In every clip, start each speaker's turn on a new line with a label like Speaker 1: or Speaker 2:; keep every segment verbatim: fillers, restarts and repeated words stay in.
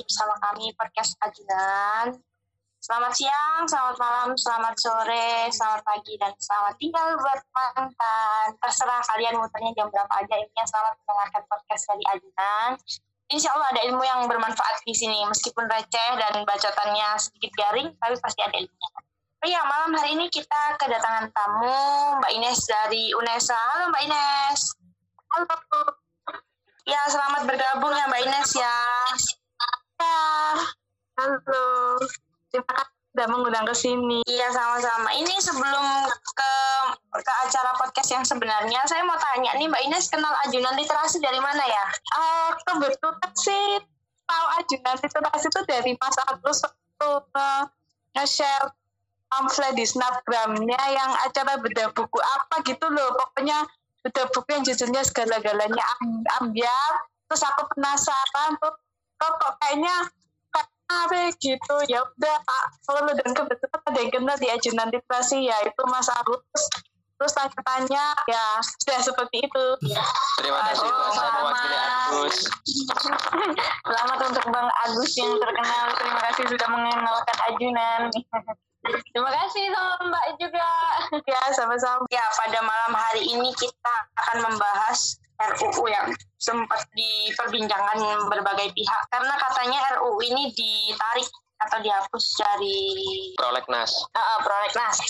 Speaker 1: bersama kami podcast Ajunan. Selamat siang, selamat malam, selamat sore, selamat pagi, dan selamat tinggal buat mantan. Terserah kalian muternya jam berapa aja, intinya selamat mendengarkan podcast dari Ajunan. Insya Allah ada ilmu yang bermanfaat di sini, meskipun receh dan bacotannya sedikit garing, tapi pasti ada ilmunya. Oh iya, malam hari ini kita kedatangan tamu Mbak Ines dari UNESA. Halo Mbak Ines.
Speaker 2: Halo.
Speaker 1: Ya, selamat bergabung ya Mbak Ines ya.
Speaker 2: Ya. Halo. Terima kasih sudah mengundang ke sini.
Speaker 1: Iya, sama-sama. Ini sebelum ke ke acara podcast yang sebenarnya, saya mau tanya nih Mbak Ines, kenal Ajunan Literasi dari mana ya?
Speaker 2: Uh, kebetulan sih tahu Ajunan Literasi itu dari Mas Agus waktu uh, nge-share pamflet di Snapgramnya yang acara bedah buku apa gitu loh. Pokoknya bedah buku yang judulnya segala-galanya ambiar. Terus aku penasaran tuh, kok, kok kayaknya apa gitu. Ya udah, kalau dan kebetulan ada yang kenal di Ajunan Literasi, ya itu Mas Agus. Terus tanya-tanya, ya sudah seperti itu.
Speaker 3: Terima kasih
Speaker 1: oh,
Speaker 3: Mas Mewakili Agus.
Speaker 1: Selamat untuk Bang Agus yang terkenal. Terima kasih sudah mengenalkan Ajunan.
Speaker 2: Terima kasih sama Mbak juga. Ya, sama-sama.
Speaker 1: Ya, pada malam hari ini kita akan membahas R U U yang sempat diperbincangkan berbagai pihak. Karena katanya R U U ini ditarik atau dihapus dari
Speaker 3: Prolegnas.
Speaker 1: Uh, Prolegnas.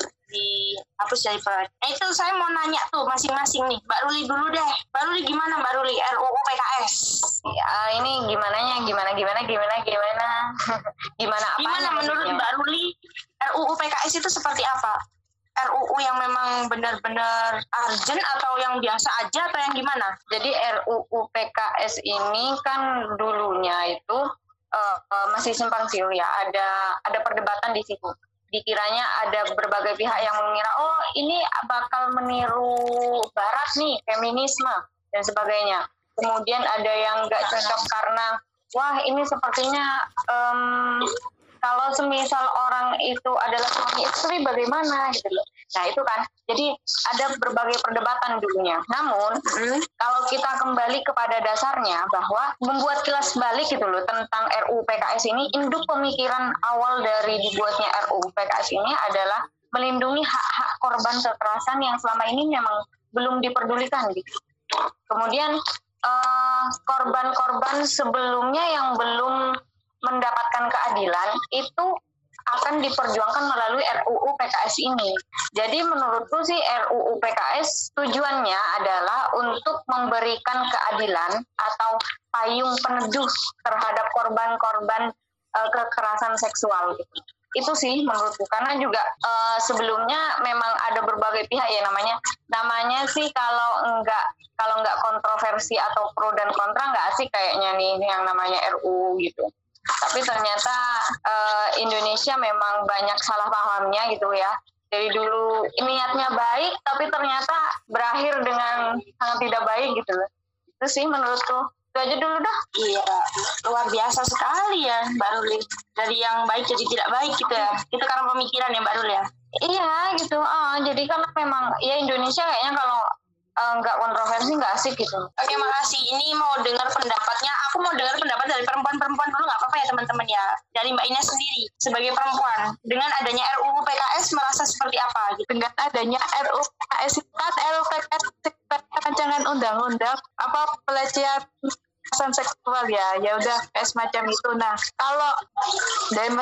Speaker 1: Dihapus dari Prolegnas. Nah, itu saya mau nanya tuh masing-masing nih. Mbak Ruli dulu deh. Mbak Ruli gimana Mbak Ruli R U U P K S?
Speaker 2: Ya, ini gimana nya? Gimana gimana gimana gimana? Gimana apa?
Speaker 1: Gimana menurut Mbak Ruli R U U P K S itu seperti apa? R U U yang memang benar-benar urgent atau yang biasa aja atau yang gimana?
Speaker 2: Jadi R U U P K S ini kan dulunya itu uh, uh, masih simpang siur ya. Ada ada perdebatan di situ. Dikiranya ada berbagai pihak yang mengira, oh ini bakal meniru Barat nih, feminisme dan sebagainya. Kemudian ada yang nggak cocok karena, wah ini sepertinya um, kalau semisal orang itu adalah suami istri bagaimana gitu loh. Nah itu kan, jadi ada berbagai perdebatan dulunya. Namun hmm. kalau kita kembali kepada dasarnya bahwa membuat kilas balik gitu loh tentang R U U P K S ini, induk pemikiran awal dari dibuatnya R U U P K S ini adalah melindungi hak-hak korban kekerasan yang selama ini memang belum diperdulikan gitu. Kemudian uh, korban-korban sebelumnya yang belum mendapatkan keadilan itu akan diperjuangkan melalui R U U P K S ini. Jadi menurutku sih R U U P K S tujuannya adalah untuk memberikan keadilan atau payung peneduh terhadap korban-korban uh, kekerasan seksual gitu. Itu sih menurutku, karena juga uh, sebelumnya memang ada berbagai pihak ya namanya namanya sih kalau enggak kalau enggak kontroversi atau pro dan kontra enggak asik kayaknya nih yang namanya R U U gitu. Tapi ternyata uh, Indonesia memang banyak salah pahamnya gitu ya. Dari dulu niatnya baik, tapi ternyata berakhir dengan sangat tidak baik gitu. Itu sih menurutku. Itu aja dulu dah.
Speaker 1: Iya, luar biasa sekali ya Mbak Ruli. Dari yang baik jadi tidak baik gitu ya. Itu karena pemikiran ya Mbak Ruli ya.
Speaker 2: Iya gitu. Uh, jadi kan memang ya Indonesia kayaknya kalau nggak uh, kontroversi nggak asik gitu.
Speaker 1: Oke, makasih. Ini mau dengar pendapatnya. Aku mau dengar pendapat dari perempuan-perempuan dulu, nggak apa-apa ya teman-teman ya. Dari Mbak Ines sendiri sebagai perempuan, dengan adanya R U U P K S merasa seperti apa? Gitu.
Speaker 2: Dengan adanya R U U P K S kan R U U P K S rancangan undang-undang apa pelecehan kekerasan seksual ya. Ya udah kayak semacam itu. Nah kalau dari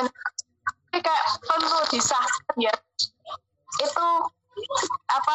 Speaker 2: kayak perlu disahkan ya itu apa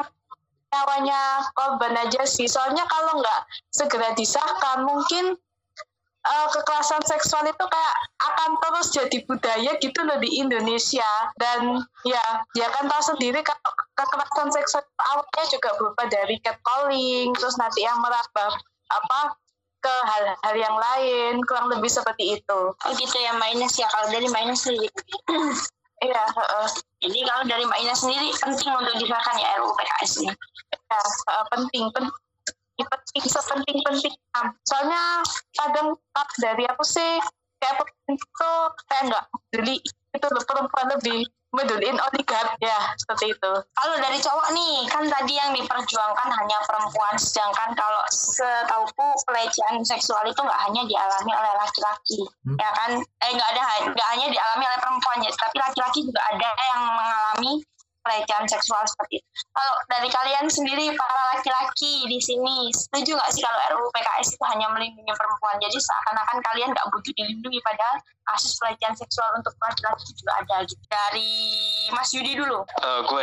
Speaker 2: nyawanya korban aja sih. Soalnya kalau nggak segera disahkan, mungkin uh, kekerasan seksual itu kayak akan terus jadi budaya gitu loh di Indonesia. Dan ya, dia kan tahu sendiri kalau kekerasan seksual awalnya juga berupa dari catcalling, terus nanti yang merambah apa ke hal-hal yang lain, kurang lebih seperti itu.
Speaker 1: Oh gitu ya Mbak Ines ya. Kalau dari Mbak Ines sendiri.
Speaker 2: Iya. Uh,
Speaker 1: Jadi kalau dari Mbak Ines sendiri penting untuk disahkan ya R U U P K S ini.
Speaker 2: Ya, uh, penting, penting, penting, sepenting-penting. Soalnya kadang dari aku sih kayak itu kayak nggak peduli itu loh, perempuan lebih
Speaker 1: Betul, in only God, ya seperti itu. Kalau dari cowok nih, kan tadi yang diperjuangkan hanya perempuan, sedangkan kalau setauku pelecehan seksual itu nggak hanya dialami oleh laki-laki, hmm? ya kan? Eh nggak ada, nggak hanya dialami oleh perempuan ya, tapi laki-laki juga ada yang mengalami pelecehan seksual seperti itu. Kalau dari kalian sendiri para laki-laki di sini, setuju nggak sih kalau R U U P K S itu hanya melindungi perempuan? Jadi seakan-akan kalian nggak butuh dilindungi, padahal kasus pelecehan seksual untuk laki-laki juga ada gitu. Dari Mas Yudi dulu.
Speaker 3: Uh, gue,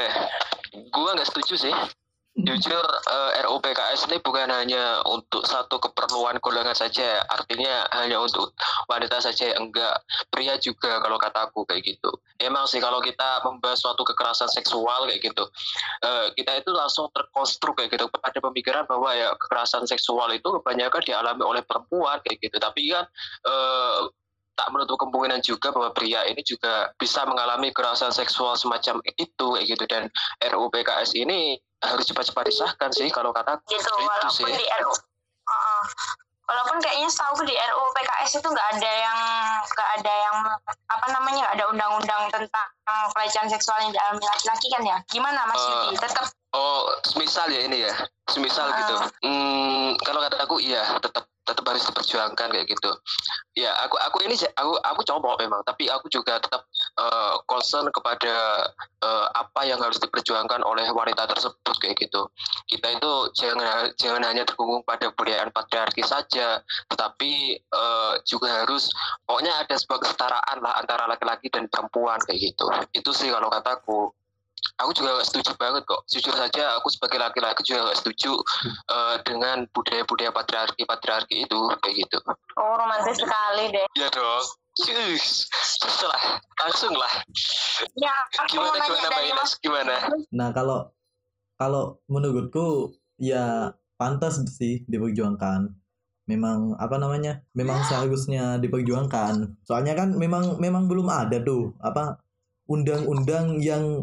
Speaker 3: gue nggak setuju sih. Jujur uh, R U U P K S ini bukan hanya untuk satu keperluan golongan saja, artinya hanya untuk wanita saja, enggak, pria juga kalau kataku kayak gitu. Emang sih kalau kita membahas suatu kekerasan seksual kayak gitu, uh, kita itu langsung terkonstruk kayak gitu pada pemikiran bahwa ya kekerasan seksual itu kebanyakan dialami oleh perempuan kayak gitu. Tapi kan uh, tak menutup kemungkinan juga bahwa pria ini juga bisa mengalami kekerasan seksual semacam itu kayak gitu, dan R U U P K S ini harus cepat-cepat disahkan sih kalau kata
Speaker 1: gitu. Walaupun sih. Di R U uh, walaupun kayaknya setahu di R U U P K S itu nggak ada yang nggak ada yang apa namanya nggak ada undang-undang tentang pelecehan seksual yang dialami laki-laki kan ya? Gimana Mas uh, Yudi? Tetap
Speaker 3: oh semisal ya ini ya semisal uh. gitu. Hmm, kalau kata aku iya tetap tetap harus diperjuangkan kayak gitu. Ya aku aku ini aku aku cowok memang, tapi aku juga tetap uh, concern kepada uh, apa yang harus diperjuangkan oleh wanita tersebut kayak gitu. Kita itu jangan jangan hanya terkungkung pada budaya patriarki saja, tetapi uh, juga harus pokoknya ada sebuah kesetaraan lah antara laki-laki dan perempuan kayak gitu. Itu sih kalau kataku. Aku juga gak setuju banget kok. Jujur saja aku sebagai laki-laki juga gak setuju uh, dengan budaya-budaya patriarki-patriarki itu kayak gitu.
Speaker 1: Oh romantis sekali deh.
Speaker 3: Iya dong. Cus, setelah langsung lah.
Speaker 1: Ya,
Speaker 3: gimana gimana Mbak Ines? Gimana?
Speaker 4: Nah kalau kalau menurutku ya pantas sih diperjuangkan. Memang apa namanya? Memang seharusnya diperjuangkan. Soalnya kan memang memang belum ada tuh apa undang-undang yang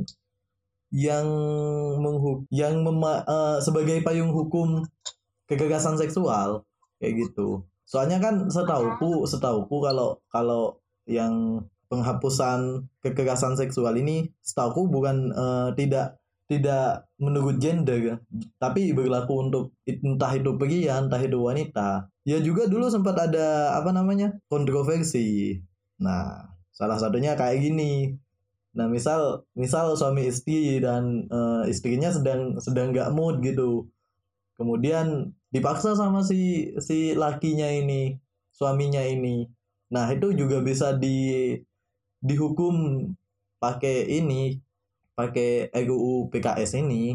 Speaker 4: yang menghu yang mema, uh, sebagai payung hukum kekerasan seksual kayak gitu. Soalnya kan setauku setauku kalau kalau yang penghapusan kekerasan seksual ini setauku bukan uh, tidak tidak menurut gender, tapi berlaku untuk entah itu pria entah itu wanita. Ya juga dulu sempat ada apa namanya kontroversi. Nah salah satunya kayak gini. Nah misal misal suami istri dan uh, istrinya sedang sedang nggak mood gitu, kemudian dipaksa sama si si lakinya ini, suaminya ini. Nah itu juga bisa di dihukum pakai ini, pakai R U U P K S ini.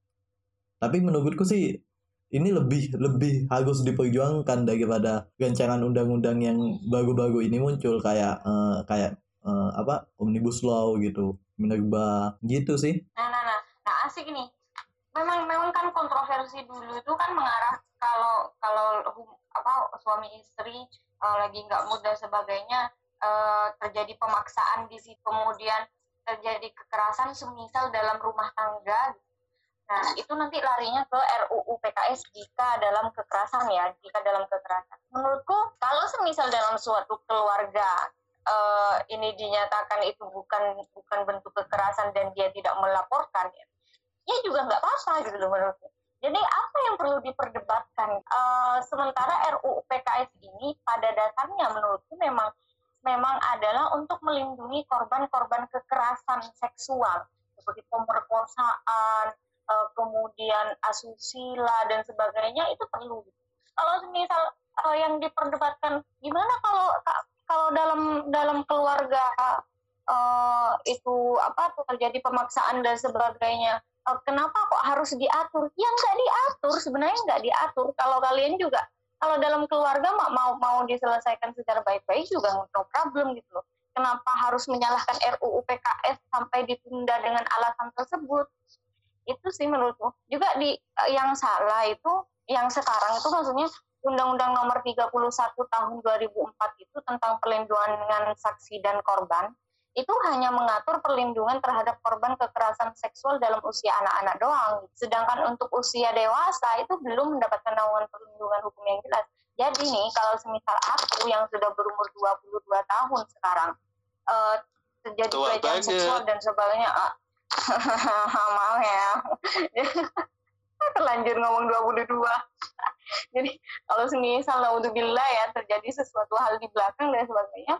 Speaker 4: Tapi menurutku sih ini lebih lebih harus diperjuangkan daripada rancangan undang-undang yang baru-baru ini muncul kayak uh, kayak Uh, apa omnibus law gitu, minerba gitu sih.
Speaker 2: Nah, nah, nah, nah asik nih. Memang, memang kan kontroversi dulu itu kan mengarah kalau kalau apa suami istri uh, lagi nggak mood dan sebagainya, uh, terjadi pemaksaan di situ, kemudian terjadi kekerasan semisal dalam rumah tangga. Nah itu nanti larinya ke R U U P K S jika dalam kekerasan ya, jika dalam kekerasan. Menurutku kalau semisal dalam suatu keluarga Uh, ini dinyatakan itu bukan bukan bentuk kekerasan dan dia tidak melaporkan, ya, ya juga nggak apa-apa gitu loh menurutku. Jadi apa yang perlu diperdebatkan? Uh, sementara R U U P K S ini pada dasarnya menurutku memang memang adalah untuk melindungi korban-korban kekerasan seksual seperti pemerkosaan, uh, kemudian asusila dan sebagainya itu perlu. Kalau misal uh, yang diperdebatkan gimana kalau kalau dalam dalam keluarga uh, itu apa terjadi pemaksaan dan sebagainya, uh, kenapa kok harus diatur? Ya nggak diatur, sebenarnya nggak diatur. Kalau kalian juga kalau dalam keluarga mau mau diselesaikan secara baik-baik juga no problem gitu loh. Kenapa harus menyalahkan R U U P K S sampai ditunda dengan alasan tersebut? Itu sih menurutku. Juga di uh, yang salah itu yang sekarang itu maksudnya Undang-Undang Nomor tiga puluh satu Tahun dua ribu empat itu tentang perlindungan saksi dan korban itu hanya mengatur perlindungan terhadap korban kekerasan seksual dalam usia anak-anak doang. Sedangkan untuk usia dewasa itu belum mendapatkan naungan perlindungan hukum yang jelas. Jadi nih kalau semisal aku yang sudah berumur dua puluh dua tahun sekarang, uh, terjadi
Speaker 3: Tua
Speaker 2: pelecehan
Speaker 3: banget.
Speaker 2: seksual dan sebagainya. Ah, maaf ya. Terlanjur ngomong dua puluh dua. Jadi kalau semisal naudzubillah ya terjadi sesuatu hal di belakang dan sebagainya,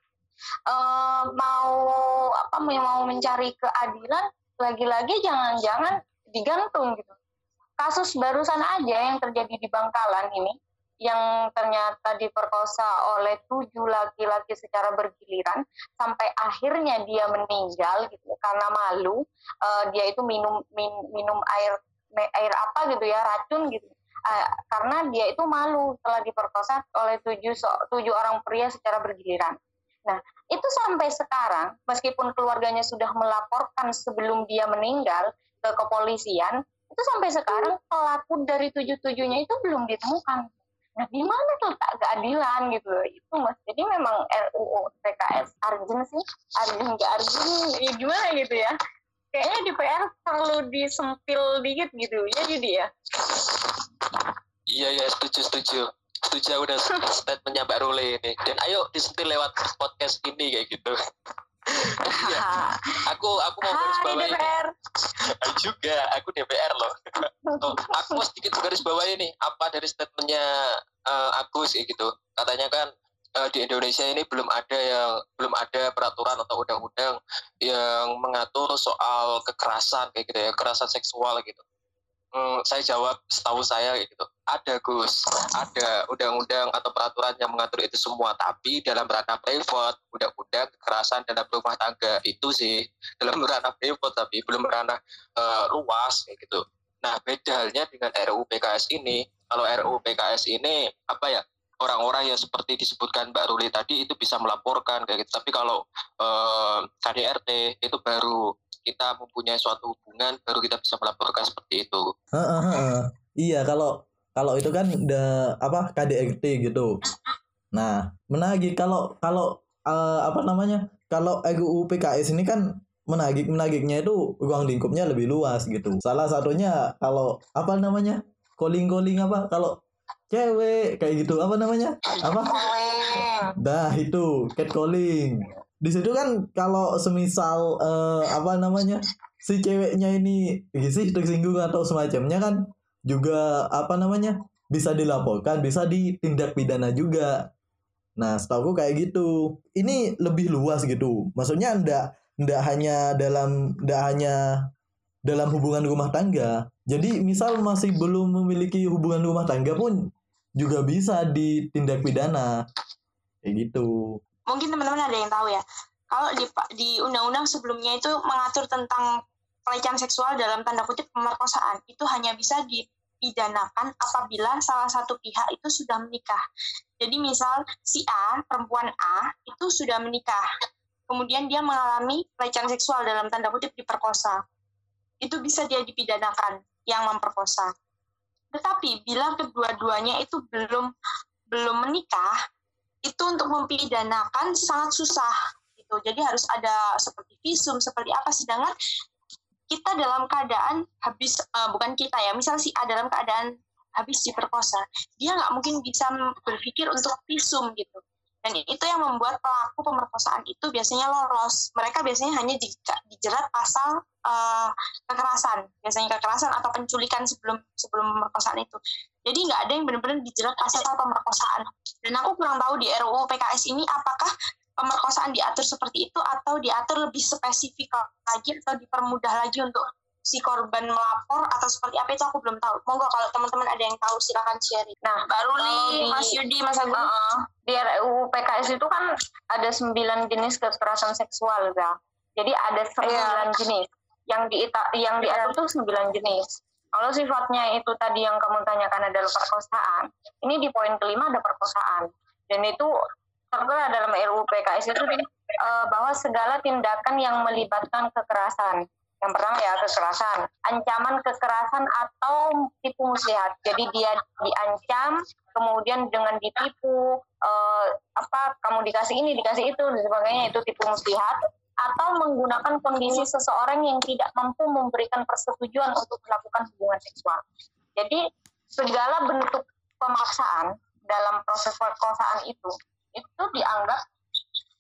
Speaker 2: eh, mau apa mau mencari keadilan, lagi-lagi jangan-jangan digantung gitu. Kasus barusan aja yang terjadi di Bangkalan ini, yang ternyata diperkosa oleh tujuh laki-laki secara bergiliran sampai akhirnya dia meninggal gitu karena malu. Uh, dia itu minum min, minum air air apa gitu ya, racun gitu. Uh, karena dia itu malu telah diperkosa oleh tujuh tujuh orang pria secara bergiliran. Nah, itu sampai sekarang meskipun keluarganya sudah melaporkan sebelum dia meninggal ke kepolisian, itu sampai sekarang pelaku dari tujuh-tujuhnya itu belum ditemukan. Nah, di mana letak keadilan gitu? Itu Mas. Jadi memang R U U P K S Arjen sih, Arjen ke Arjen, ya gimana gitu ya? Kayaknya di P R perlu disempil dikit gitu ya, jadi ya.
Speaker 3: Iya ya, setuju setuju. Setuju udah statementnya Mbak Rule ini. Dan ayo disentil lewat podcast ini kayak gitu. Ya, aku aku mau garis bawahi juga, aku D P R loh. Oh, aku mau sedikit garis bawahi nih apa dari statementnya uh, Agus kayak gitu. Katanya kan uh, di Indonesia ini belum ada yang belum ada peraturan atau undang-undang yang mengatur soal kekerasan kayak gitu ya, kekerasan seksual gitu. Hmm, saya jawab setahu saya kayak gitu. Ada Gus, ada undang-undang atau peraturan yang mengatur itu semua, tapi dalam ranah privat, undang-undang kekerasan dalam rumah tangga itu sih dalam ranah privat tapi belum ranah uh, luas kayak gitu. Nah, bedanya dengan R U U P K S ini, kalau R U U P K S ini apa ya? Orang-orang yang seperti disebutkan Mbak Ruli tadi itu bisa melaporkan kayak gitu. Tapi kalau uh, K D R T itu baru kita mempunyai suatu hubungan baru kita bisa melaporkan seperti itu.
Speaker 4: Heeh, heeh. Iya, kalau kalau itu kan udah apa K D R T gitu. Nah, menagih kalau kalau uh, apa namanya? Kalau R U U P K S ini kan menagih menagihnya itu ruang lingkupnya lebih luas gitu. Salah satunya kalau apa namanya? Calling-calling apa? Kalau cewek kayak gitu apa namanya? Apa? Dah itu catcalling. Di situ kan kalau semisal uh, apa namanya si ceweknya ini sih tersinggung atau semacamnya kan juga apa namanya bisa dilaporkan, bisa ditindak pidana juga. Nah, setahu kayak gitu. Ini lebih luas gitu. Maksudnya ndak ndak hanya dalam ndak hanya dalam hubungan rumah tangga. Jadi misal masih belum memiliki hubungan rumah tangga pun juga bisa ditindak pidana kayak gitu.
Speaker 1: Mungkin teman-teman ada yang tahu ya, kalau di di undang-undang sebelumnya itu mengatur tentang pelecehan seksual dalam tanda kutip pemerkosaan, itu hanya bisa dipidanakan apabila salah satu pihak itu sudah menikah. Jadi misal si A, perempuan A itu sudah menikah, kemudian dia mengalami pelecehan seksual dalam tanda kutip diperkosa, itu bisa dia dipidanakan yang memperkosa. Tetapi bila kedua-duanya itu belum belum menikah, itu untuk mempidanakan sangat susah gitu. Jadi harus ada seperti visum, seperti apa. Sedangkan kita dalam keadaan habis uh, bukan kita ya, misal si A dalam keadaan habis diperkosa, dia nggak mungkin bisa berpikir untuk visum gitu. Dan itu yang membuat pelaku pemerkosaan itu biasanya lolos. Mereka biasanya hanya dijerat pasal uh, kekerasan, biasanya kekerasan atau penculikan sebelum sebelum pemerkosaan itu. Jadi nggak ada yang benar-benar dijerat pasal pemerkosaan. Dan aku kurang tahu di R U U P K S ini apakah pemerkosaan diatur seperti itu atau diatur lebih spesifik lagi atau dipermudah lagi untuk si korban melapor atau seperti apa, itu aku belum tahu. Monggo kalau teman-teman ada yang tahu silakan sharing.
Speaker 2: Nah, baru nih
Speaker 1: Mas Yudi, Mas Agung.
Speaker 2: Uh, di R U U P K S itu kan ada sembilan jenis kekerasan seksual, ya. Jadi ada sembilan yeah. jenis. Yang di yang diatur tuh sembilan jenis. Kalau sifatnya itu tadi yang kamu tanyakan adalah perkosaan, ini di poin kelima ada perkosaan. Dan itu tertera dalam R U U P K S itu uh, bahwa segala tindakan yang melibatkan kekerasan. Yang pertama ya kekerasan, ancaman kekerasan atau tipu muslihat. Jadi dia diancam, kemudian dengan ditipu, eh, apa kamu dikasih ini, dikasih itu, dan sebagainya, itu tipu muslihat. Atau menggunakan kondisi seseorang yang tidak mampu memberikan persetujuan untuk melakukan hubungan seksual. Jadi segala bentuk pemaksaan dalam proses perkosaan itu, itu dianggap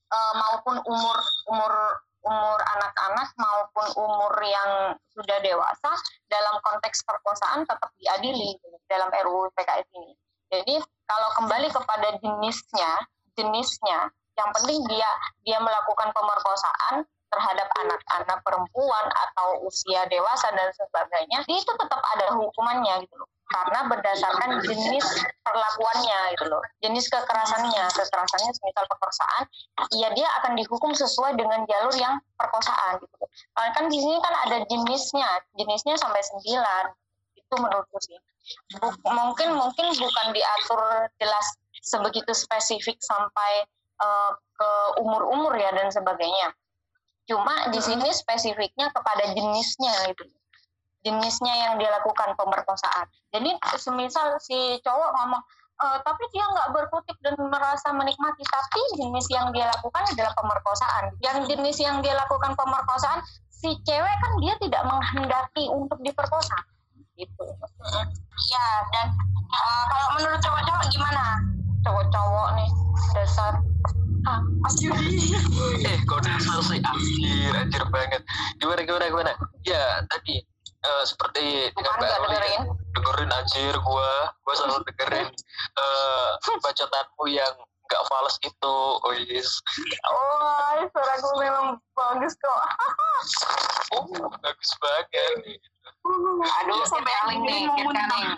Speaker 2: uh, maupun umur umur umur anak-anak maupun umur yang sudah dewasa dalam konteks perkosaan tetap diadili dalam R U U P K S ini. Jadi kalau kembali kepada jenisnya, jenisnya yang penting dia dia melakukan pemerkosaan terhadap anak-anak perempuan atau usia dewasa dan sebagainya, itu tetap ada hukumannya gitu loh. Karena berdasarkan jenis perlakuannya gitu loh. Jenis kekerasannya, kekerasannya semisal perkosaan, ya dia akan dihukum sesuai dengan jalur yang perkosaan gitu loh. Karena kan di sini kan ada jenisnya, jenisnya sampai sembilan. Itu menurutku sih. Buk, mungkin mungkin bukan diatur jelas sebegitu spesifik sampai uh, ke umur-umur ya dan sebagainya. Cuma di sini spesifiknya kepada jenisnya gitu. Jenisnya yang dia lakukan pemerkosaan. Jadi semisal si cowok ngomong, e, tapi dia nggak berkutik dan merasa menikmati, tapi jenis yang dia lakukan adalah pemerkosaan. Yang jenis yang dia lakukan pemerkosaan, si cewek kan dia tidak menghendaki untuk diperkosa. Gitu.
Speaker 1: Ya, dan uh, kalau menurut cowok-cowok gimana?
Speaker 2: Cowok-cowok nih, dasar
Speaker 1: Ah, Asyuri.
Speaker 3: eh kok dasar sih anjir anjir banget. Gimana gimana gimana? Ya tadi uh, seperti
Speaker 2: bukan nggak dengerin.
Speaker 3: dengerin anjir gua gua selalu dengerin uh, bacotanmu yang nggak fals itu. Ois.
Speaker 2: Oh, suara gue memang bagus kok.
Speaker 3: Oh bagus banget.
Speaker 2: Aduh,
Speaker 1: Ya,
Speaker 2: sampai kaling nih, kaling.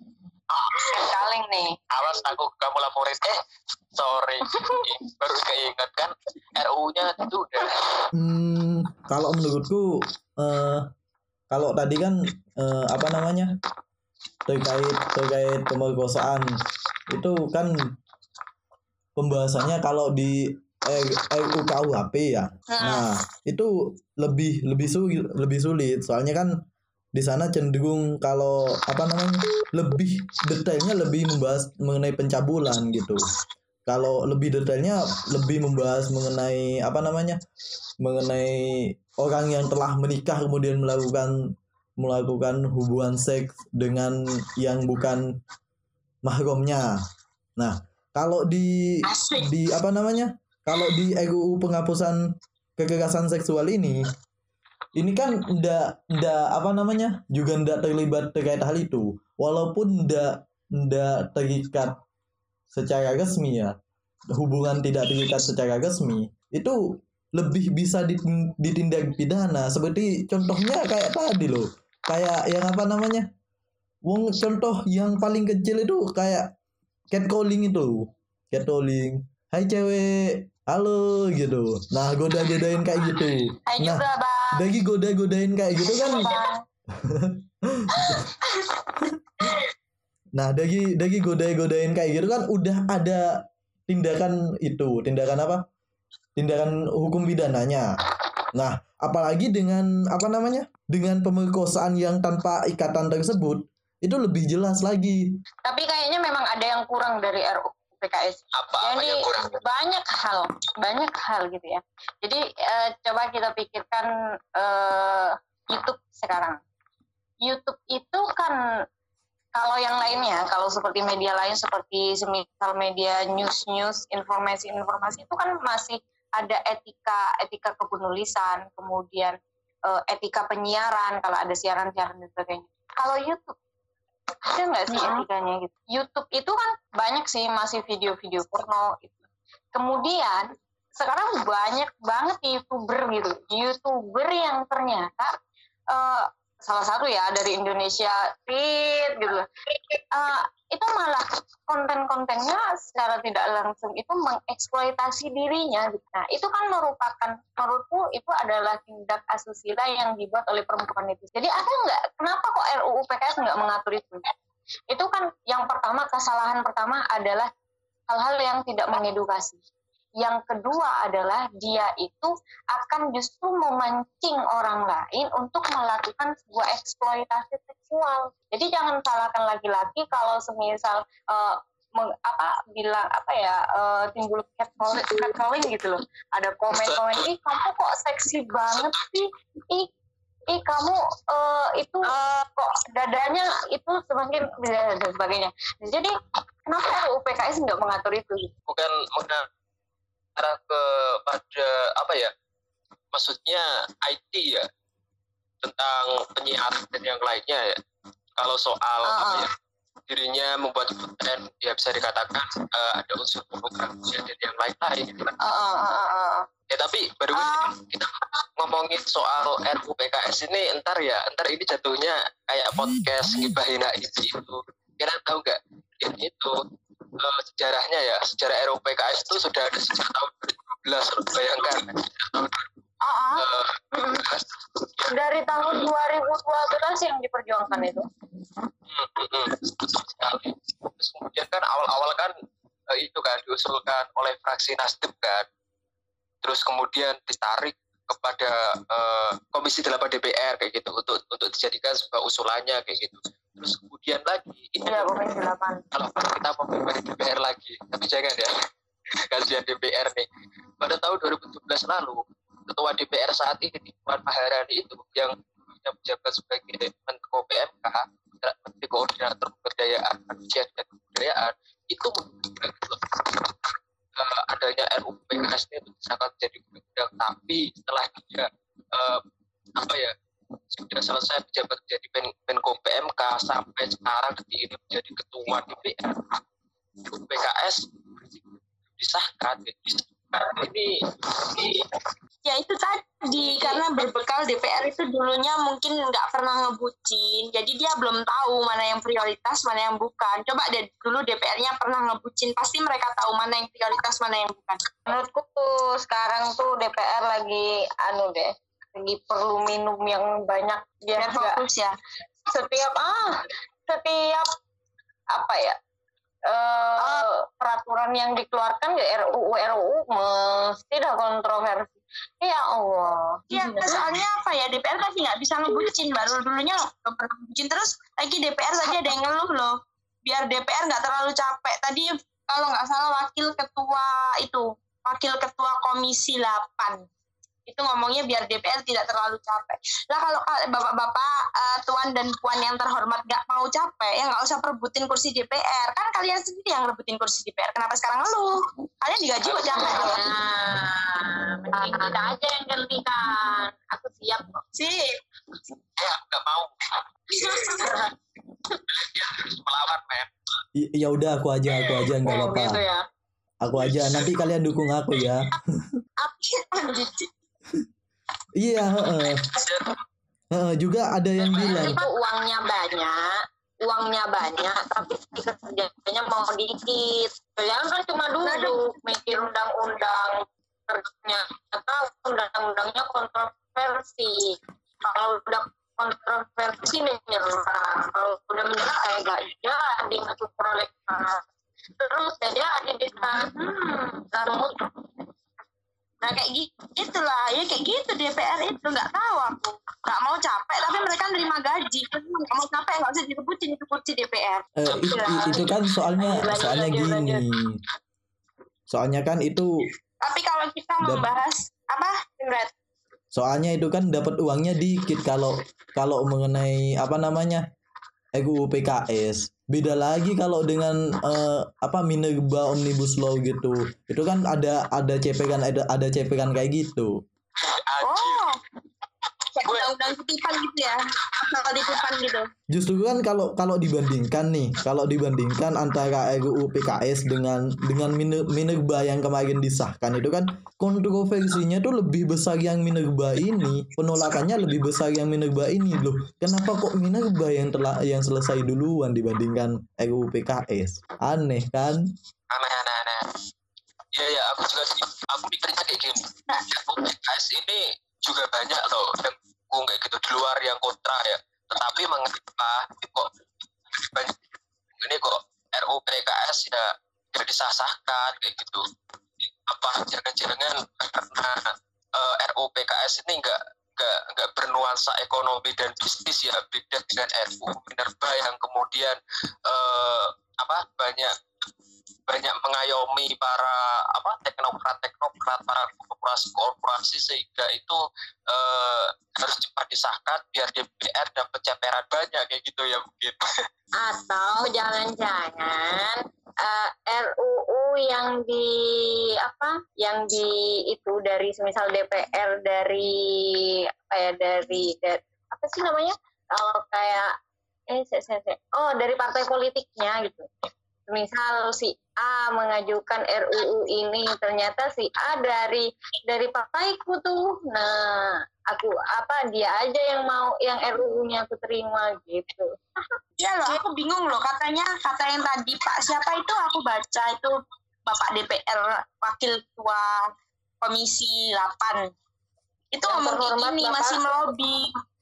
Speaker 2: Kaling nih.
Speaker 3: Awas aku kamu laporin. Eh sorry, baru keinget kan R U-nya itu udah.
Speaker 4: Hmm, kalau menurutku eh, kalau tadi kan eh, apa namanya terkait terkait pemerkosaan itu kan pembahasannya kalau di R U U K U H P ya. Nah itu lebih lebih sulit lebih sulit soalnya kan di sana cenderung kalau apa namanya lebih detailnya lebih membahas mengenai pencabulan gitu. Kalau lebih detailnya lebih membahas mengenai apa namanya mengenai orang yang telah menikah kemudian melakukan melakukan hubungan seks dengan yang bukan mahramnya. Nah kalau di
Speaker 1: Asik.
Speaker 4: di apa namanya kalau di R U U penghapusan kekerasan seksual ini ini kan ndak ndak apa namanya juga ndak terlibat terkait hal itu walaupun ndak ndak terikat secara resmi ya hubungan tidak terikat secara resmi itu lebih bisa ditindak pidana seperti contohnya kayak tadi loh kayak yang apa namanya wong contoh yang paling kecil itu kayak catcalling itu catcalling hai cewek halo gitu nah goda-godain kayak gitu
Speaker 1: Hai
Speaker 4: nah
Speaker 1: juga, Bang.
Speaker 4: dari goda-godain kayak gitu kan nah dari dari goda-godain kayak gitu kan udah ada tindakan itu tindakan apa tindakan hukum pidananya. Nah apalagi dengan apa namanya dengan pemerkosaan yang tanpa ikatan tersebut itu lebih jelas lagi.
Speaker 2: Tapi kayaknya memang ada yang kurang dari R U U P K S.
Speaker 3: Apa
Speaker 2: Jadi
Speaker 3: yang kurang?
Speaker 2: banyak hal, banyak hal gitu ya. Jadi eh, coba kita pikirkan eh, YouTube sekarang. YouTube itu kan kalau yang lainnya, kalau seperti media lain seperti semisal media news-news, informasi-informasi itu kan masih ada etika etika kepenulisan, kemudian eh, etika penyiaran kalau ada siaran-siaran dan sebagainya. Kalau YouTube ada nggak sih etikanya gitu? YouTube itu kan banyak sih masih video-video porno gitu. Kemudian sekarang banyak banget youtuber gitu, youtuber yang ternyata uh, salah satu ya dari Indonesia fit gitu, uh, itu malah konten-kontennya secara tidak langsung itu mengeksploitasi dirinya. Gitu. Nah itu kan merupakan menurutku itu adalah tindak asusila yang dibuat oleh perempuan itu. Jadi ada nggak? Kenapa kok R U U P K S nggak mengatur itu? Itu kan yang pertama kesalahan pertama adalah hal-hal yang tidak mengedukasi. Yang kedua adalah dia itu akan justru memancing orang lain untuk melakukan sebuah eksploitasi seksual. Jadi jangan salahkan laki-laki kalau semisal uh, meng, apa bilang apa ya uh, timbul catcalling, catcalling gitu loh. Ada komen-komen, ih kamu kok seksi banget sih, ih ih kamu uh, itu uh, kok dadanya itu semakin dan sebagainya. Jadi kenapa R U U P K S nggak mengatur itu?
Speaker 3: Bukan mengatur mengarah ke pada apa ya? Maksudnya I T ya, tentang penyiaran dan yang lainnya ya. Kalau soal
Speaker 2: uh,
Speaker 3: apa ya? Dirinya membuat konten ya bisa dikatakan uh, ada unsur pornografi dan yang lain-lain gitu kan.
Speaker 2: Uh, uh, uh, uh.
Speaker 3: Ya tapi baru uh. kita ngomongin soal R U U P K S ini entar ya, entar ini jatuhnya kayak podcast ngibahin I T itu. Kalian tahu nggak? Ini itu uh, sejarahnya ya, sejarah R U U P K S itu sudah ada sejak tahun dua ribu dua belas, bayangkan.
Speaker 2: Uh, uh. Uh, dari tahun dua ribu dua belas yang diperjuangkan itu.
Speaker 3: Hmm, hmm, hmm. Betul sekali. Terus kemudian kan awal-awal kan uh, itu kan diusulkan oleh fraksi Nasdem kan. Terus kemudian ditarik kepada uh, Komisi delapan D P R kayak gitu untuk untuk dijadikan sebuah usulannya kayak gitu. Terus kemudian lagi ini
Speaker 2: ya, Komisi delapan.
Speaker 3: Kalau kita mau membahas D P R lagi, tapi jangan ya. Kajian D P R nih. Pada tahun dua ribu tujuh belas lalu, Ketua D P R saat ini Puan Maharani itu yang dulunya menjabat sebagai Menko P M K, Menteri Koordinator Pemberdayaan Manusia dan Kebudayaan, itu menunjukkan uh, adanya R U U P K S ini itu disahkan menjadi undang-undang, tapi setelah dia uh, apa ya sudah selesai menjabat menjadi Men- Menko P M K sampai sekarang detik ini menjadi Ketua D P R, R U U P K S disahkan. Ini, ini
Speaker 1: ya itu tadi karena berbekal D P R itu dulunya mungkin nggak pernah ngebucin, jadi dia belum tahu mana yang prioritas mana yang bukan. Coba deh dulu D P R-nya pernah ngebucin, pasti mereka tahu mana yang prioritas mana yang bukan.
Speaker 2: Menurutku tuh sekarang tuh D P R lagi anu deh, lagi perlu minum yang banyak biar
Speaker 1: fokus ya.
Speaker 2: Setiap ah setiap apa ya Uh, uh, peraturan yang dikeluarkan ya R U U R U U mesti dah kontroversi. Ya Allah.
Speaker 1: Ya soalnya apa ya, D P R tadi nggak bisa ngebucin, baru dulunya nggak pernah ngebucin. Terus lagi D P R tadi ada yang ngeluh loh, biar D P R nggak terlalu capek. Tadi kalau nggak salah wakil ketua itu, wakil ketua Komisi delapan itu ngomongnya biar D P R tidak terlalu capek. Lah kalau bapak-bapak, uh, tuan dan puan yang terhormat nggak mau capek, ya nggak usah perebutin kursi D P R. Kan kalian sendiri yang rebutin kursi D P R. Kenapa sekarang ngeluh? Kalian digaji kok capek loh.
Speaker 2: Nah, mending kita aja yang gantikan. Aku siap kok.
Speaker 1: Sip.
Speaker 3: ya nggak mau. Dia harus melawan, men.
Speaker 4: I- ya udah aku aja aku aja nggak
Speaker 2: Oh,
Speaker 4: apa-apa.
Speaker 2: gitu ya.
Speaker 4: Aku aja, nanti kalian dukung aku ya. Iya, heeh. Heeh, juga ada yang bilang
Speaker 2: Itu uangnya banyak, uangnya banyak, tapi kerjanya mau dikit. Kalian kan cuma dulu mikir undang-undang, ternyata undang-undangnya kontroversi. Kalau udah kontroversi menyerah, kalau udah menyerah kayak gak jadi masuk prolegnas. Terus jadi ada di sana, hmm, rambut.
Speaker 1: Nah kayak gitu lah, ya kayak gitu D P R itu nggak tahu aku, nggak mau capek tapi mereka nerima gaji, nggak mau capek nggak usah direbutin itu kursi D P R.
Speaker 4: eh, i- i- itu kan soalnya soalnya gini, soalnya kan itu
Speaker 1: Tapi kalau kita
Speaker 4: Dap-
Speaker 1: membahas apa, Indra?
Speaker 4: soalnya itu kan dapat uangnya dikit kalau kalau mengenai apa namanya R U U P K S. Beda lagi kalau dengan eh, apa Minerba Omnibus Law gitu. Itu kan ada ada cepekan ada ada cepekan kayak gitu.
Speaker 1: Oh, kayak undang-undang titipan gitu ya, asal titipan gitu.
Speaker 4: Justru kan kalau kalau dibandingkan nih, kalau dibandingkan antara R U U P K S dengan dengan Miner- Minerba yang kemarin disahkan itu kan kontroversinya tuh lebih besar yang Minerba ini, penolakannya lebih besar yang Minerba ini loh. Kenapa kok Minerba yang telah yang selesai duluan dibandingkan R U U P K S? Aneh kan?
Speaker 3: Aneh, aneh, aneh. Iya, ya, aku juga sih. Aku mikirnya kayak gini. R U U P K S ini juga banyak loh yang dukung kayak gitu di luar yang kontra ya. Tetapi mengapa kok banyak ini kok R U U P K S ya tidak disahkan kayak gitu? Apa jangan-jangan karena uh, R U U P K S ini enggak enggak enggak bernuansa ekonomi dan bisnis ya, beda dengan R U U Minerba yang kemudian uh, apa banyak banyak mengayomi para apa teknokrat-teknokrat, para korporasi-korporasi sehingga itu uh, harus cepat disahkan biar D P R dapat ceperan banyak kayak gitu ya mungkin.
Speaker 2: Atau jangan-jangan uh, R U U yang di apa yang di itu dari semisal D P R dari apa ya dari, dari apa sih namanya kalau kayak eh se, se, se, oh dari partai politiknya gitu. Misal si A mengajukan R U U ini, ternyata si A dari dari partaiku tuh. Nah, aku apa dia aja yang mau yang R U U-nya aku terima gitu.
Speaker 1: Iya loh, aku bingung loh, katanya kata yang tadi Pak siapa itu aku baca itu Bapak D P R Wakil Ketua Komisi delapan. Itu
Speaker 2: Yang
Speaker 1: ngomong
Speaker 2: terhormat,
Speaker 1: ini
Speaker 2: Bapak.
Speaker 1: masih melobi.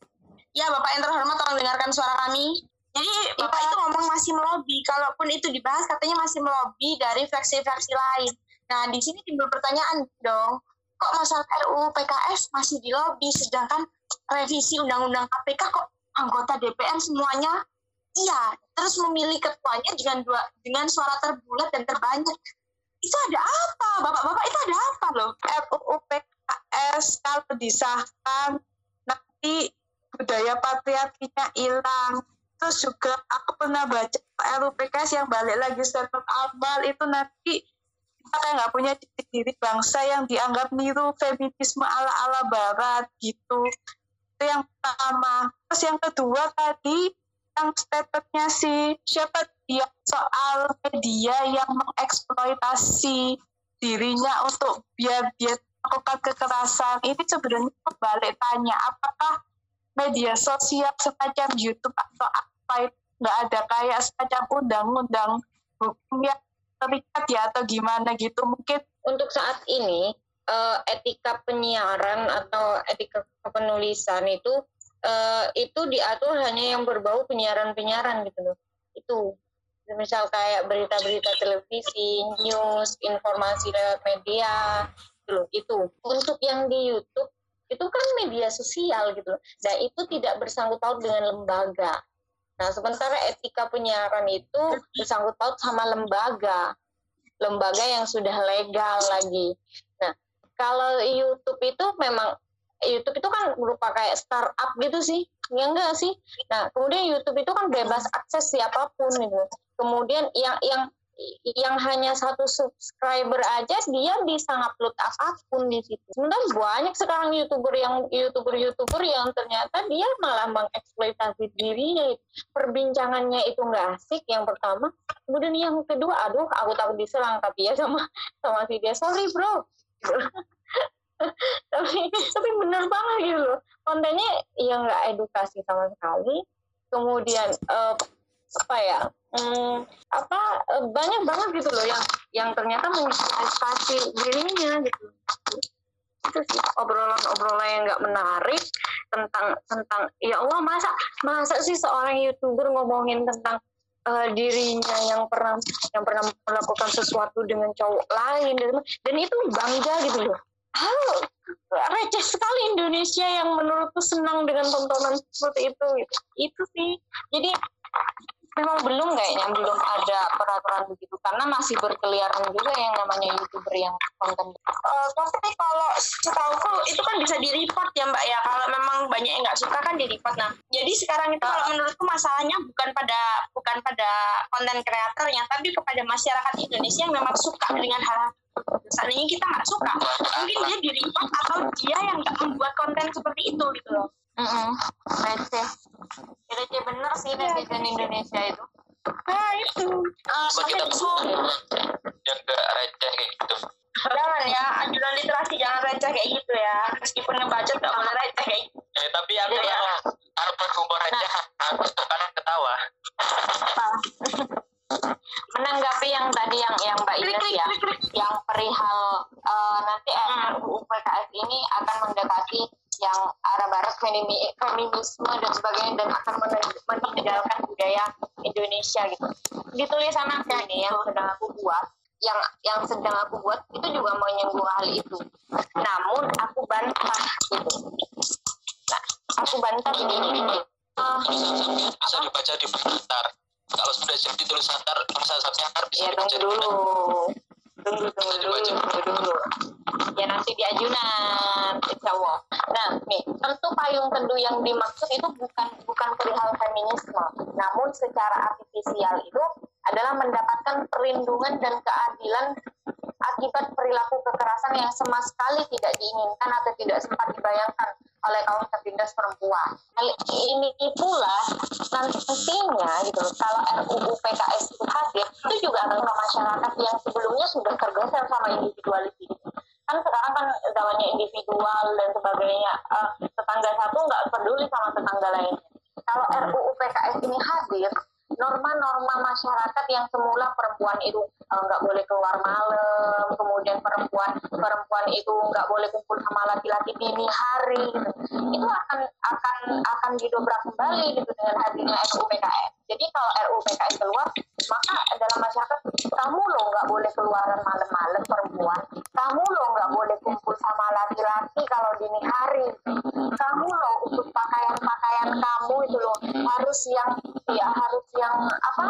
Speaker 1: Ya Bapak yang terhormat, tolong dengarkan suara kami. Jadi Bapak itu ngomong masih melobi, kalaupun itu dibahas katanya masih melobi dari fraksi-fraksi lain. Nah di sini timbul pertanyaan dong, kok masalah R U U P K S masih dilobi, sedangkan revisi Undang-Undang K P K kok anggota D P R semuanya iya, terus memilih ketuanya dengan dua dengan suara terbulat dan terbanyak. Itu ada apa, Bapak-bapak itu ada apa loh?
Speaker 5: R U U P K S kalau disahkan nanti budaya patriarkinya hilang. Terus juga aku pernah baca R U U P K S yang balik lagi statement awal itu nanti kita kayak nggak punya jati diri bangsa yang dianggap niru feminisme ala-ala barat gitu. Itu yang pertama. Terus yang kedua tadi yang statementnya si siapa dia soal media yang mengeksploitasi dirinya untuk biar dia melakukan kekerasan. Ini sebenarnya kebalik tanya, apakah media sosial semacam YouTube atau apa itu nggak ada kayak semacam undang-undang hukum yang terikat ya atau gimana gitu mungkin.
Speaker 2: Untuk saat ini uh, etika penyiaran atau etika penulisan itu uh, itu diatur hanya yang berbau penyiaran-penyiaran gitu loh. Itu misal kayak berita-berita televisi, news, informasi lewat media gitu loh. Itu untuk yang di YouTube itu kan media sosial gitu loh. Nah itu tidak bersangkut paut dengan lembaga. Nah sementara etika penyiaran itu bersangkut paut sama lembaga, lembaga yang sudah legal lagi. Nah kalau YouTube itu memang YouTube itu kan berupa kayak startup gitu sih, ya enggak sih. Nah kemudian YouTube itu kan bebas akses siapapun gitu. Kemudian yang yang yang hanya satu subscriber aja dia bisa ngupload apapun di situ. Sementara banyak sekarang youtuber yang youtuber-youtuber yang ternyata dia malah mengeksploitasi dirinya. Perbincangannya itu nggak asik yang pertama. Kemudian yang kedua, aduh aku takut diserang tapi ya sama sama si dia, sorry bro. tapi tapi bener banget gitu loh. Kontennya ya nggak edukasi sama sekali. Kemudian uh, apa ya? Hmm, apa banyak banget gitu loh yang yang ternyata mengeksploitasi dirinya gitu. Itu sih obrolan-obrolan yang nggak menarik tentang tentang ya Allah masa masa sih seorang YouTuber ngomongin tentang uh, dirinya yang pernah yang pernah melakukan sesuatu dengan cowok lain dan, dan itu bangga gitu loh. Halo, receh sekali Indonesia yang menurutku senang dengan tontonan seperti itu gitu. Itu sih. Jadi memang belum kayaknya belum ada peraturan begitu karena masih berkeliaran juga yang namanya YouTuber yang konten.
Speaker 1: Uh, tapi kalau setahuku itu kan bisa di report ya Mbak ya, kalau memang banyak yang nggak suka kan di report. Nah jadi sekarang itu kalau menurutku masalahnya bukan pada bukan pada konten kreatornya tapi kepada masyarakat Indonesia yang memang suka dengan hal seandainya kita nggak suka mungkin dia di report atau dia yang nggak membuat konten seperti itu gitu loh.
Speaker 2: Mm-mm. Receh receh bener sih netizen Indonesia itu.
Speaker 1: Nah itu uh,
Speaker 3: kita
Speaker 1: so,
Speaker 3: yang gak receh kayak gitu.
Speaker 1: jangan ya, anjuran literasi jangan receh kayak gitu ya, meskipun ngebacot gak boleh receh kayak gitu.
Speaker 3: Eh, tapi aku ya, kalau kalau berhumor aja aku tuh kan ketawa.
Speaker 2: Menanggapi yang tadi yang yang Mbak Ines ya, yang perihal uh, nanti R U U P K S ini akan mendekati yang arah barat feminisme dan sebagainya dan akan meninggalkan budaya Indonesia gitu. Ditulis sama aku ini yang sedang aku buat, yang yang sedang aku buat itu juga menyinggung hal itu. Namun aku bantah gitu. Nah, aku bantah begini. Uh,
Speaker 3: bisa dibaca di Bentar. Kalau sudah jadi tulisan tar, tulisan akar bisa
Speaker 2: ya,
Speaker 3: dibaca
Speaker 2: tunggu
Speaker 3: di
Speaker 2: dulu. Tunggu, tunggu dulu, tunggu dulu. Ya nanti di ajunan, insya Allah. Nah, nih, tentu payung teduh yang dimaksud itu bukan bukan perihal feminisme, namun secara artifisial itu adalah mendapatkan perlindungan dan keadilan akibat perilaku kekerasan yang sama sekali tidak diinginkan atau tidak sempat dibayangkan oleh kaum tertindas perempuan. Ini pula nantinya gitu loh, kalau R U U P K S itu hadir, itu juga adalah masyarakat yang sebelumnya sudah tergeser sama individualis ini. Kan sekarang kan zamannya individual dan sebagainya, uh, tetangga satu nggak peduli sama tetangga lainnya. Kalau R U U P K S ini hadir, norma-norma masyarakat yang semula perempuan itu nggak uh, boleh keluar malam, kemudian perempuan perempuan itu nggak boleh kumpul sama laki-laki dini hari, gitu. Itu akan akan akan didobrak kembali gitu dengan hadirnya R U U P K S. Jadi kalau R U U P K S keluar, maka dalam masyarakat kamu loh nggak boleh keluaran malam-malam perempuan, kamu loh nggak boleh kumpul sama laki-laki kalau dini hari, kamu loh untuk pakaian-pakaian kamu itu loh harus yang ya harus yang apa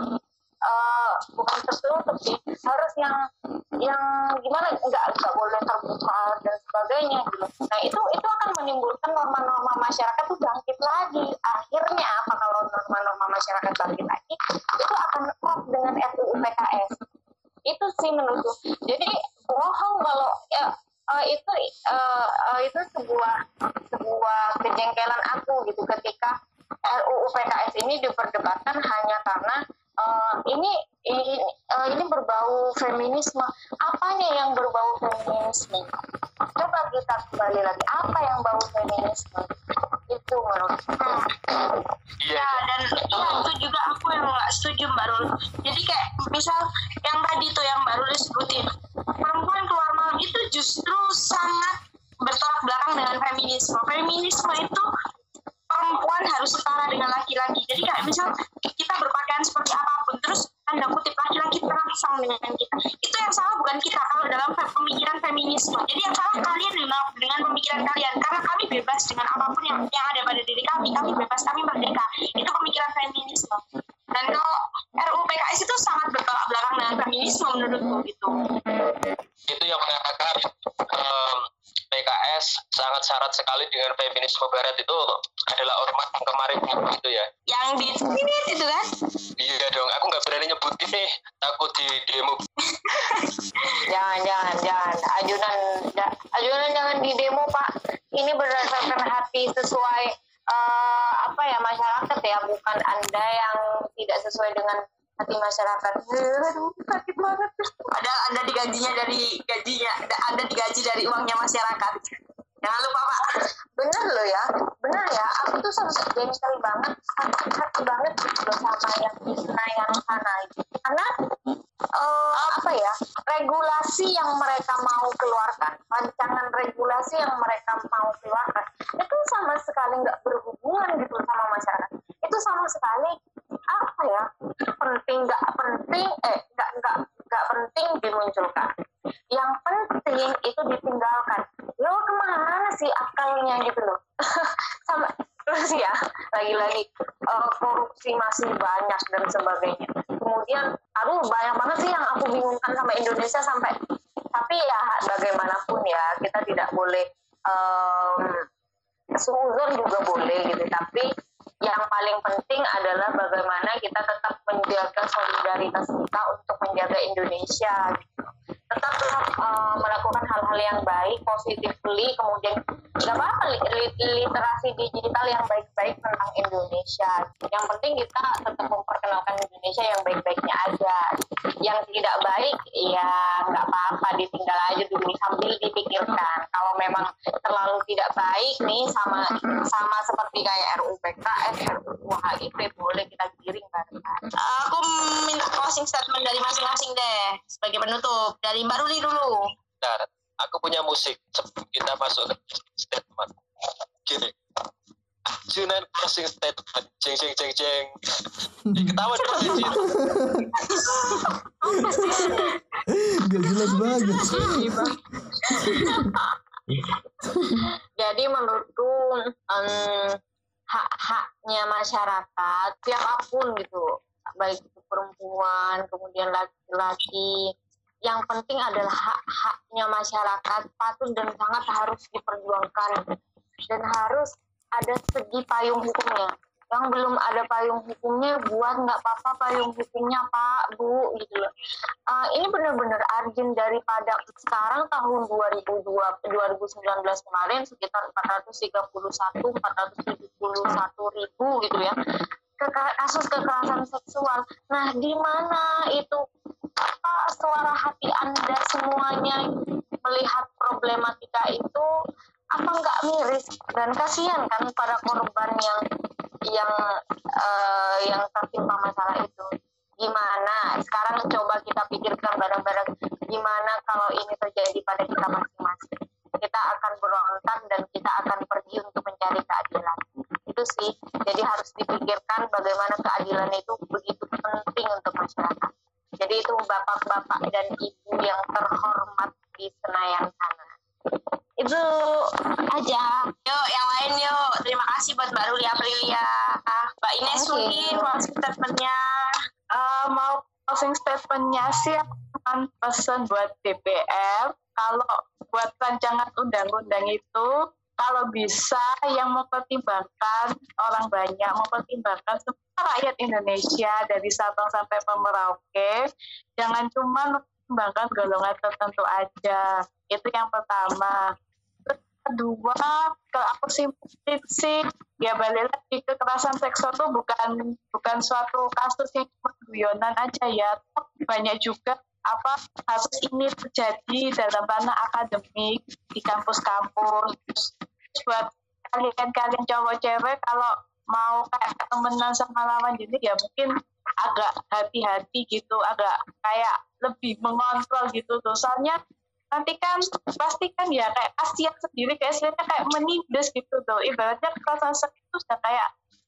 Speaker 2: uh, bukan tertutup sih, harus yang yang gimana nggak nggak boleh terbuka dan sebagainya gitu. Nah itu itu akan menimbulkan norma-norma masyarakat tuh bangkit lagi. Akhirnya apa kalau norma-norma masyarakat bangkit lagi, itu akan off dengan R U U P K S. Itu sih menurutku. Jadi bohong kalau ya uh, itu uh, uh, itu sebuah sebuah kejengkelan aku gitu ketika R U U P K S ini diperdebatkan hanya karena uh, ini ini, uh, ini berbau feminisme. Apanya yang berbau feminisme? Coba kita kembali lagi, apa yang bau feminisme? Itu menurutku.
Speaker 1: Hmm. Ya, dan ya, itu juga aku yang nggak setuju Mbak Rul. Jadi kayak misal yang tadi tuh yang Mbak Rul sebutin, perempuan keluar malam itu justru sangat bertolak belakang dengan feminisme. Feminisme itu perempuan harus setara dengan laki-laki. Jadi kayak misal kita berpakaian seperti apapun, terus tanda kutip laki-laki terangsang dengan kita. Itu yang salah bukan kita kalau dalam pemikiran feminisme. Jadi yang salah kalian dengan pemikiran kalian. Karena kami bebas dengan apapun yang, yang ada pada diri kami. Kami bebas, kami merdeka. Itu pemikiran feminisme. Dan kalau R U U P K S itu sangat bertolak belakang dengan feminisme menurutku gitu.
Speaker 3: Itu yang mengatakan um, P K S sangat syarat sekali dengan feminisme barat itu adalah ormas yang kemarin itu ya.
Speaker 1: Yang di sini itu kan?
Speaker 3: Iya dong, aku nggak berani nyebutin nih, takut di demo.
Speaker 2: jangan jangan jangan ajudan ajudan jangan di demo Pak. Ini berdasarkan hati sesuai uh, apa ya masyarakat ya, bukan Anda yang tidak sesuai dengan hati masyarakat. Aduh, sakit banget.
Speaker 1: Padahal Anda digajinya dari gajinya, Anda digaji dari uangnya masyarakat. Jangan lupa Pak.
Speaker 2: Bener loh ya, bener ya. Aku tuh sangat jengkel banget, sakit hati banget gitu sama yang di Senayan sana. Karena uh, apa ya, regulasi yang mereka mau keluarkan, rancangan regulasi yang mereka mau keluarkan, itu sama sekali nggak berhubungan gitu sama masyarakat. Itu sama sekali apa ya, penting nggak penting, eh nggak nggak nggak penting dimunculkan. Yang penting itu ditinggalkan. Lo kemana sih akalnya gitu loh? Sama terus ya, lagi-lagi uh, korupsi masih banyak dan sebagainya. Kemudian, aduh banyak banget sih yang aku bingungkan sama Indonesia sampai. Tapi ya bagaimanapun ya, kita tidak boleh um, seuzon juga boleh gitu. Tapi yang paling penting adalah bagaimana kita tetap menjaga solidaritas kita untuk menjaga Indonesia gitu. Tetap tetap uh, melakukan hal-hal yang baik, positively, kemudian nggak apa-apa li- literasi digital yang baik-baik tentang Indonesia. Yang penting kita tetap memperkenalkan Indonesia yang baik-baiknya aja. Yang tidak baik ya nggak apa-apa, ditinggal aja dulu sambil dipikirkan. Kalau memang terlalu tidak baik nih sama sama seperti kayak R U U P K S, R U U H I P boleh kita giring bareng-bareng.
Speaker 1: Aku minta closing statement dari masing-masing deh sebagai penutup. Dari Mbak Ruli dulu.
Speaker 3: Nah, aku punya musik sebelum kita masuk ke statement. Gini, Junan closing statement, jeng jeng jeng jeng. Ketawa terus di situ.
Speaker 4: Gak jelas banget.
Speaker 2: Jadi menurutku um, hak-haknya masyarakat siapapun gitu, baik itu perempuan kemudian laki-laki, yang penting adalah hak-haknya masyarakat patut dan sangat harus diperjuangkan dan harus ada segi payung hukumnya. yang belum ada payung hukumnya buat, nggak apa-apa payung hukumnya Pak, Bu, gitu loh. Uh, ini benar-benar urgent daripada sekarang tahun dua ribu dua puluh, dua ribu sembilan belas kemarin sekitar empat ratus tiga puluh satu, empat ratus tujuh puluh satu ribu gitu ya. Keka- kasus kekerasan seksual. Nah, di mana itu apa suara hati Anda semuanya melihat problematika itu? Apa nggak miris dan kasihan kan para korban yang yang uh, yang tertimpa masalah itu? Gimana? Sekarang coba kita pikirkan bareng-bareng, gimana kalau ini terjadi pada kita masing-masing? Kita akan berontak dan kita akan pergi untuk mencari keadilan. Itu sih, jadi harus dipikirkan bagaimana keadilan itu begitu penting untuk masyarakat. Jadi itu bapak-bapak dan ibu yang terhormat di Senayan sana. Itu aja.
Speaker 1: Yuk, yang lain yuk. Terima kasih buat Mbak Ruli Aprilia. Mbak Ines
Speaker 2: Oke.
Speaker 1: mungkin closing statement-nya.
Speaker 5: Eh, mau closing statement-nya sih aku akan pesan buat D P R, kalau buat rancangan undang-undang itu kalau bisa yang mempertimbangkan orang banyak, mempertimbangkan semua rakyat Indonesia dari Sabang sampai Merauke, jangan cuma mempertimbangkan golongan tertentu aja. Itu yang pertama. Terus kedua, kalau aku simpulin sih, ya balik lagi, kekerasan seksual itu bukan bukan suatu kasus yang cuma guyonan aja ya. Banyak juga apa kasus ini terjadi dalam ranah akademik di kampus-kampus. Terus buat kalian-kalian cowok cewek kalau mau kayak temenan sama lawan jenis ya mungkin agak hati-hati gitu, agak kayak lebih mengontrol gitu tuh. Soalnya nanti kan pasti kan ya kayak kasihan sendiri, kayak istilahnya kayak menindas gitu tuh. Ibaratnya kekerasan seksual itu sudah kayak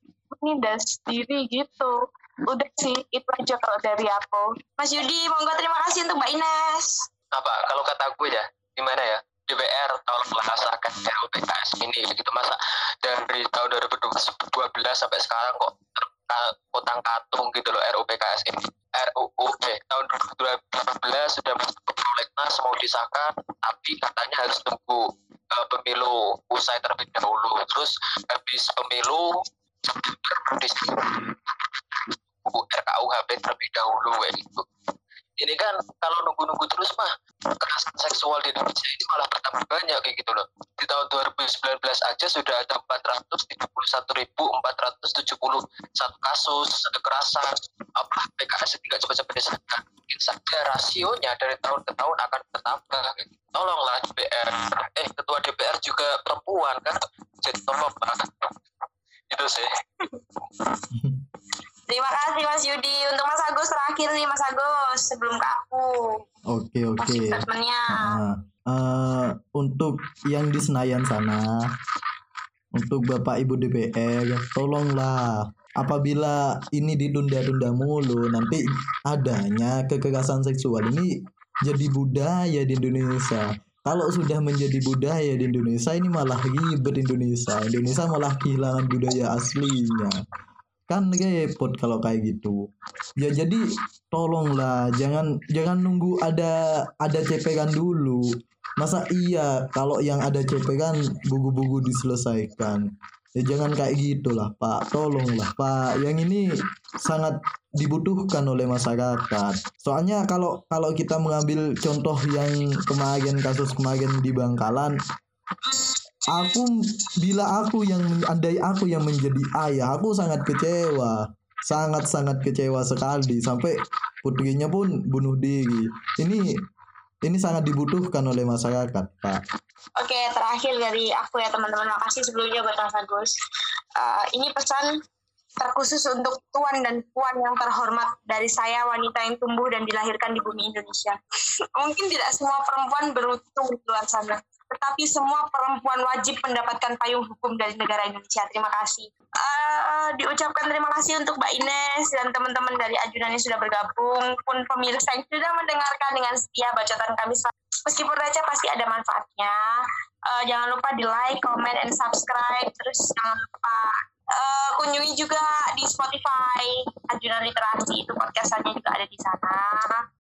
Speaker 5: menindas diri gitu. Udah sih, itu aja kalau dari aku.
Speaker 1: Mas Yudi, monggo terima kasih untuk Mbak Ines.
Speaker 3: Apa kalau kata gue ya gimana ya, D P R tolonglah sahkan R U U P K S ini gitu. Masa dari tahun dua ribu dua belas sampai sekarang kok kotang katung gitu loh R U U P K S ini. R U U eh tahun dua ribu delapan belas sudah masuk ke prolegnas mau disahkan, tapi katanya harus tunggu uh, pemilu usai terlebih dahulu. Terus habis pemilu R K U H P terlebih dahulu kayak gitu. Ini kan kalau nunggu-nunggu terus mah kekerasan seksual di Indonesia ini malah bertambah banyak kayak gitu loh. Di tahun dua ribu sembilan belas aja sudah ada empat ratus tiga puluh satu ribu empat ratus tujuh puluh satu kasus kekerasan. Apa P K S tidak cepat-cepat disahkan? Mungkin saja rasionya dari tahun ke tahun akan bertambah. Tolonglah D P R. Eh ketua D P R juga perempuan kan? Jadi tolong banget. Itu sih.
Speaker 1: Terima kasih Mas Yudi. Untuk Mas Agus terakhir nih Mas Agus sebelum ke aku.
Speaker 4: Oke oke.
Speaker 1: Closing statement-nya.
Speaker 4: Nah, eh, untuk yang di Senayan sana, untuk Bapak Ibu D P R, tolonglah apabila ini ditunda-tunda mulu, nanti adanya kekerasan seksual ini jadi budaya di Indonesia. Kalau sudah menjadi budaya di Indonesia, ini malah ribet Indonesia. Indonesia malah kehilangan budaya aslinya. Kan repot kalau kayak gitu. Ya jadi tolonglah jangan jangan nunggu ada ada cepekan dulu. Masa iya kalau yang ada cepekan bugu-bugu diselesaikan. Ya jangan kayak gitulah Pak. Tolonglah Pak. Yang ini sangat dibutuhkan oleh masyarakat. Soalnya kalau kalau kita mengambil contoh yang kemarin, kasus kemarin di Bangkalan, aku bila aku yang andai aku yang menjadi ayah, aku sangat kecewa, sangat sangat kecewa sekali, sampai putrinya pun bunuh diri. Ini ini sangat dibutuhkan oleh masyarakat, Pak.
Speaker 1: Oke, terakhir dari aku ya teman-teman. Makasih sebelumnya buat Mas Agus. Uh, ini pesan terkhusus untuk tuan dan puan yang terhormat dari saya, wanita yang tumbuh dan dilahirkan di bumi Indonesia. Mungkin tidak semua perempuan beruntung di luar sana, tetapi semua perempuan wajib mendapatkan payung hukum dari negara Indonesia. Terima kasih. Uh, diucapkan terima kasih untuk Mbak Ines dan teman-teman dari Ajudan yang sudah bergabung, pun pemirsa yang sudah mendengarkan dengan setia bacotan kami. Meskipun receh pasti ada manfaatnya. Uh, jangan lupa di like, comment, and subscribe. Terus jangan lupa uh, kunjungi juga di Spotify Ajudan Literasi, itu podcastannya juga ada di sana.